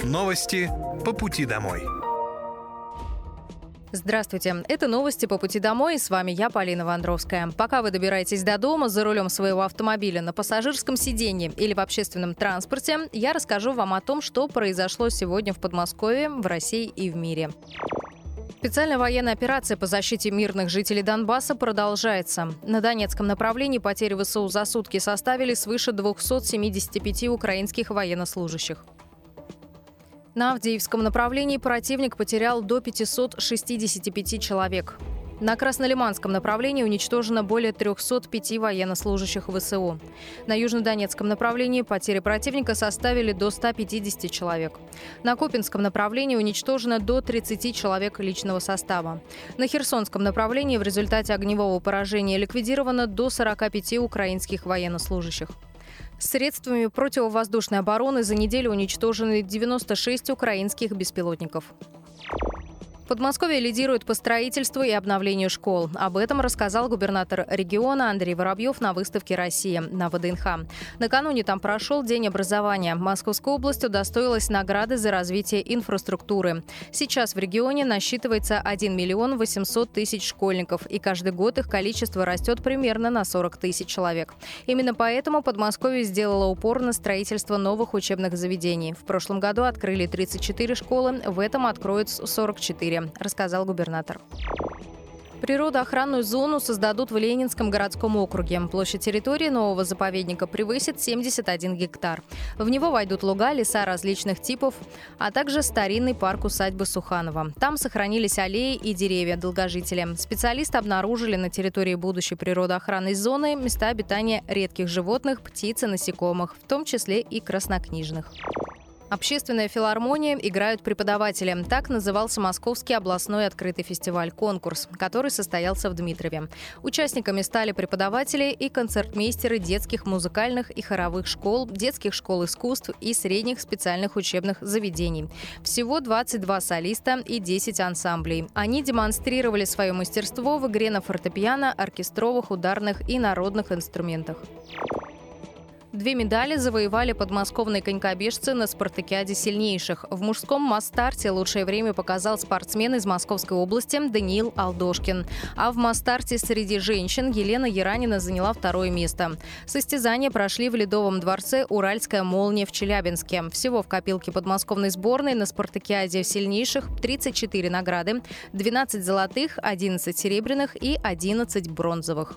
Новости по пути домой. Здравствуйте, это новости по пути домой, и с вами я, Полина Вандровская. Пока вы добираетесь до дома за рулем своего автомобиля на пассажирском сиденье или в общественном транспорте, я расскажу вам о том, что произошло сегодня в Подмосковье, в России и в мире. Специальная военная операция по защите мирных жителей Донбасса продолжается. На Донецком направлении потери ВСУ за сутки составили свыше 275 украинских военнослужащих. На Авдеевском направлении противник потерял до 565 человек. На Краснолиманском направлении уничтожено более 305 военнослужащих ВСУ. На Южнодонецком направлении потери противника составили до 150 человек. На Купинском направлении уничтожено до 30 человек личного состава. На Херсонском направлении в результате огневого поражения ликвидировано до 45 украинских военнослужащих. Средствами противовоздушной обороны за неделю уничтожены 96 украинских беспилотников. Подмосковье лидирует по строительству и обновлению школ. Об этом рассказал губернатор региона Андрей Воробьев на выставке «Россия» на ВДНХ. Накануне там прошел День образования. Московская область удостоилась награды за развитие инфраструктуры. Сейчас в регионе насчитывается 1 миллион 800 тысяч школьников, и каждый год их количество растет примерно на 40 тысяч человек. Именно поэтому Подмосковье сделало упор на строительство новых учебных заведений. В прошлом году открыли 34 школы, в этом откроются 44. Рассказал губернатор. Природоохранную зону создадут в Ленинском городском округе. Площадь территории нового заповедника превысит 71 гектар. В него войдут луга, леса различных типов, а также старинный парк усадьбы Суханова. Там сохранились аллеи и деревья долгожители. Специалисты обнаружили на территории будущей природоохранной зоны места обитания редких животных, птиц и насекомых, в том числе и краснокнижных. Общественная филармония играют преподаватели. Так назывался Московский областной открытый фестиваль-конкурс, который состоялся в Дмитрове. Участниками стали преподаватели и концертмейстеры детских музыкальных и хоровых школ, детских школ искусств и средних специальных учебных заведений. Всего 22 солиста и 10 ансамблей. Они демонстрировали свое мастерство в игре на фортепиано, оркестровых, ударных и народных инструментах. 2 медали завоевали подмосковные конькобежцы на спартакиаде сильнейших. В мужском масс-старте лучшее время показал спортсмен из Московской области Даниил Алдошкин. А в масс-старте среди женщин Елена Яранина заняла 2 место. Состязания прошли в Ледовом дворце «Уральская молния» в Челябинске. Всего в копилке подмосковной сборной на спартакиаде сильнейших 34 награды, 12 золотых, 11 серебряных и 11 бронзовых.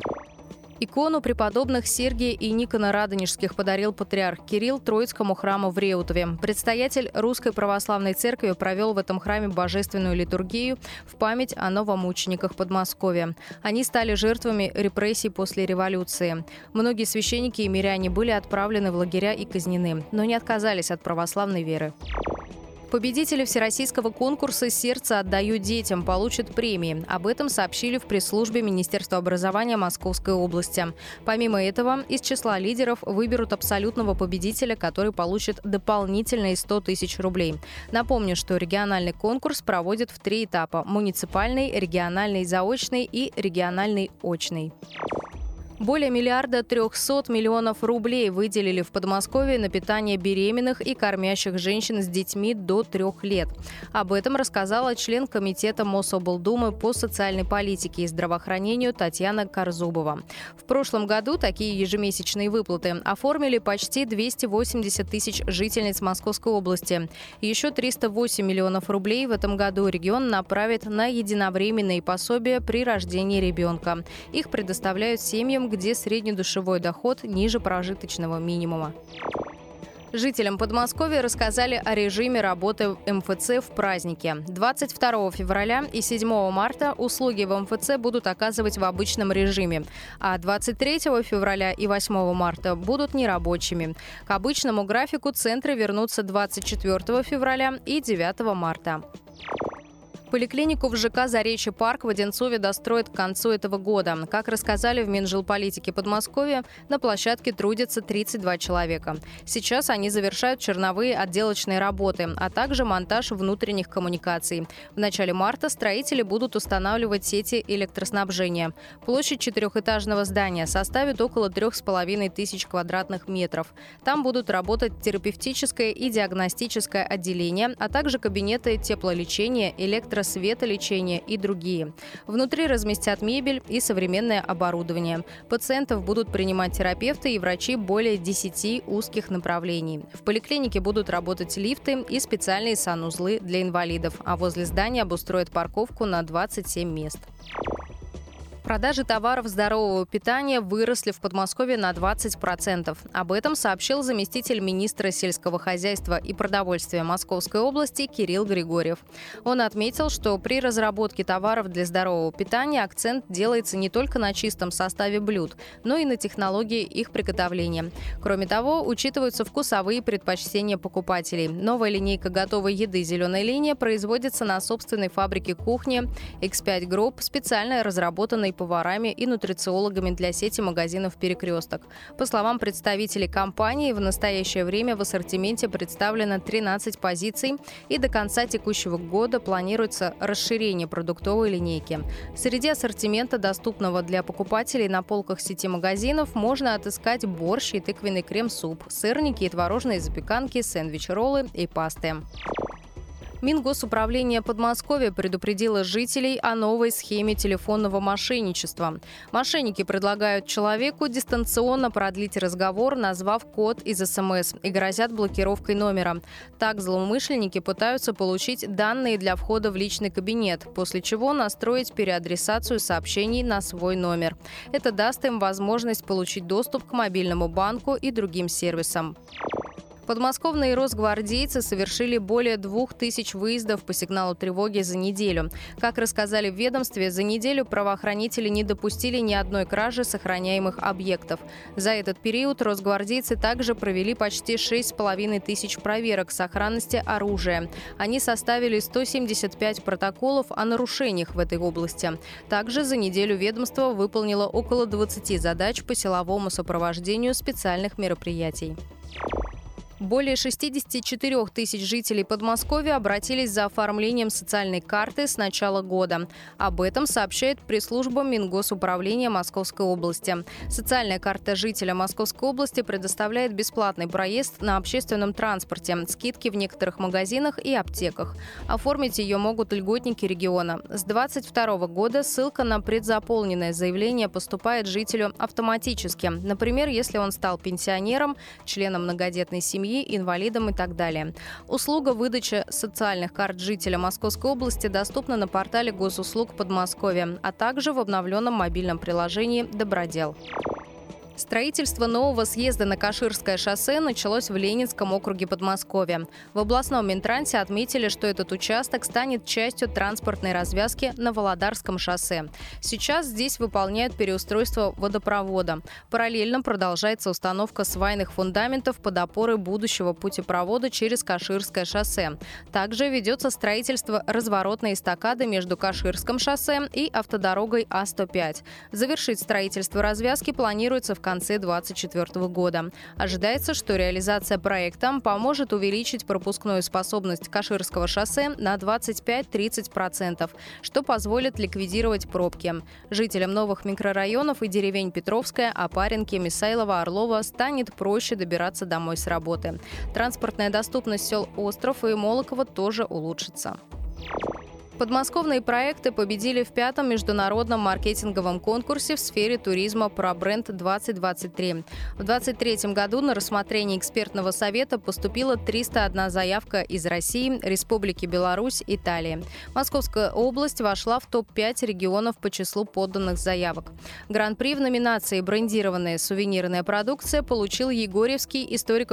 Икону преподобных Сергия и Никона Радонежских подарил патриарх Кирилл Троицкому храму в Реутове. Предстоятель Русской Православной Церкви провел в этом храме божественную литургию в память о новомучениках Подмосковья. Они стали жертвами репрессий после революции. Многие священники и миряне были отправлены в лагеря и казнены, но не отказались от православной веры. Победители всероссийского конкурса «Сердце отдаю детям» получат премии. Об этом сообщили в пресс-службе Министерства образования Московской области. Помимо этого, из числа лидеров выберут абсолютного победителя, который получит дополнительные 100 тысяч рублей. Напомню, что региональный конкурс проводят в 3 этапа – муниципальный, региональный заочный и региональный очный. Более 1 300 000 000 рублей выделили в Подмосковье на питание беременных и кормящих женщин с детьми до 3 лет. Об этом рассказала член комитета Мособлдумы по социальной политике и здравоохранению Татьяна Корзубова. В прошлом году такие ежемесячные выплаты оформили почти 280 тысяч жительниц Московской области. Еще 308 миллионов рублей в этом году регион направит на единовременные пособия при рождении ребенка. Их предоставляют семьям, где среднедушевой доход ниже прожиточного минимума. Жителям Подмосковья рассказали о режиме работы МФЦ в празднике. 22 февраля и 7 марта услуги в МФЦ будут оказывать в обычном режиме, а 23 февраля и 8 марта будут нерабочими. К обычному графику центры вернутся 24 февраля и 9 марта. Поликлинику в ЖК «Заречье парк» в Одинцове достроят к концу этого года. Как рассказали в Минжилполитике Подмосковья, на площадке трудятся 32 человека. Сейчас они завершают черновые отделочные работы, а также монтаж внутренних коммуникаций. В начале марта строители будут устанавливать сети электроснабжения. Площадь четырехэтажного здания составит около 3500 квадратных метров. Там будут работать терапевтическое и диагностическое отделение, а также кабинеты теплолечения, светолечения и другие. Внутри разместят мебель и современное оборудование. Пациентов будут принимать терапевты и врачи более 10 узких направлений. В поликлинике будут работать лифты и специальные санузлы для инвалидов, а возле здания обустроят парковку на 27 мест. Продажи товаров здорового питания выросли в Подмосковье на 20%. Об этом сообщил заместитель министра сельского хозяйства и продовольствия Московской области Кирилл Григорьев. Он отметил, что при разработке товаров для здорового питания акцент делается не только на чистом составе блюд, но и на технологии их приготовления. Кроме того, учитываются вкусовые предпочтения покупателей. Новая линейка готовой еды «Зеленая линия» производится на собственной фабрике кухни X5 Group, специально разработанной поварами и нутрициологами для сети магазинов «Перекресток». По словам представителей компании, в настоящее время в ассортименте представлено 13 позиций, и до конца текущего года планируется расширение продуктовой линейки. Среди ассортимента, доступного для покупателей на полках сети магазинов, можно отыскать борщ и тыквенный крем-суп, сырники и творожные запеканки, сэндвич-роллы и пасты. Мингосуправление Подмосковья предупредило жителей о новой схеме телефонного мошенничества. Мошенники предлагают человеку дистанционно продлить разговор, назвав код из СМС, и грозят блокировкой номера. Так злоумышленники пытаются получить данные для входа в личный кабинет, после чего настроить переадресацию сообщений на свой номер. Это даст им возможность получить доступ к мобильному банку и другим сервисам. Подмосковные росгвардейцы совершили более 2000 выездов по сигналу тревоги за неделю. Как рассказали в ведомстве, за неделю правоохранители не допустили ни одной кражи сохраняемых объектов. За этот период росгвардейцы также провели почти 6500 проверок сохранности оружия. Они составили 175 протоколов о нарушениях в этой области. Также за неделю ведомство выполнило около 20 задач по силовому сопровождению специальных мероприятий. Более 64 тысяч жителей Подмосковья обратились за оформлением социальной карты с начала года. Об этом сообщает пресс-служба Мингосуправления Московской области. Социальная карта жителя Московской области предоставляет бесплатный проезд на общественном транспорте, скидки в некоторых магазинах и аптеках. Оформить ее могут льготники региона. С 2022 года ссылка на предзаполненное заявление поступает жителю автоматически. Например, если он стал пенсионером, членом многодетной семьи, инвалидам и так далее. Услуга выдачи социальных карт жителя Московской области доступна на портале госуслуг Подмосковья, а также в обновленном мобильном приложении «Добродел». Строительство нового съезда на Каширское шоссе началось в Ленинском округе Подмосковья. В областном Минтрансе отметили, что этот участок станет частью транспортной развязки на Володарском шоссе. Сейчас здесь выполняют переустройство водопровода. Параллельно продолжается установка свайных фундаментов под опоры будущего путепровода через Каширское шоссе. Также ведется строительство разворотной эстакады между Каширским шоссе и автодорогой А-105. Завершить строительство развязки планируется в конце 2024 года. Ожидается, что реализация проекта поможет увеличить пропускную способность Каширского шоссе на 25-30%, что позволит ликвидировать пробки. Жителям новых микрорайонов и деревень Петровская, Опаренки, Мисайлова, Орлова станет проще добираться домой с работы. Транспортная доступность сел Остров и Молоково тоже улучшится. Подмосковные проекты победили в 5-м международном маркетинговом конкурсе в сфере туризма «ProBrand-2023». В 2023 году на рассмотрение экспертного совета поступила 301 заявка из России, Республики Беларусь, Италии. Московская область вошла в топ-5 регионов по числу поданных заявок. Гран-при в номинации «Брендированная сувенирная продукция» получил Егорьевский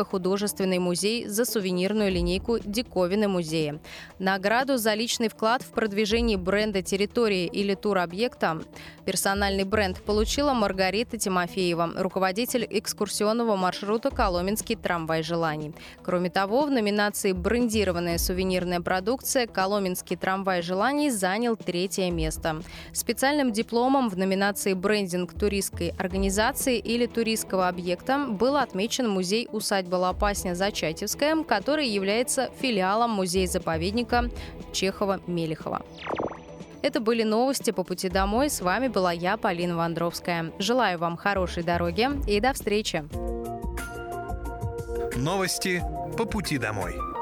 историко-художественный музей за сувенирную линейку «Диковины музея». Награду за личный вклад в продвижении бренда территории или туробъекта персональный бренд получила Маргарита Тимофеева, руководитель экскурсионного маршрута «Коломенский трамвай желаний». Кроме того, в номинации «Брендированная сувенирная продукция» «Коломенский трамвай желаний» занял 3-е место. Специальным дипломом в номинации «Брендинг туристской организации» или туристского объекта был отмечен музей-усадьба Лопасня-Зачатевская, который является филиалом музея-заповедника Чехова-Мелехова. Это были новости по пути домой. С вами была я, Полина Вандровская. Желаю вам хорошей дороги и до встречи. Новости по пути домой.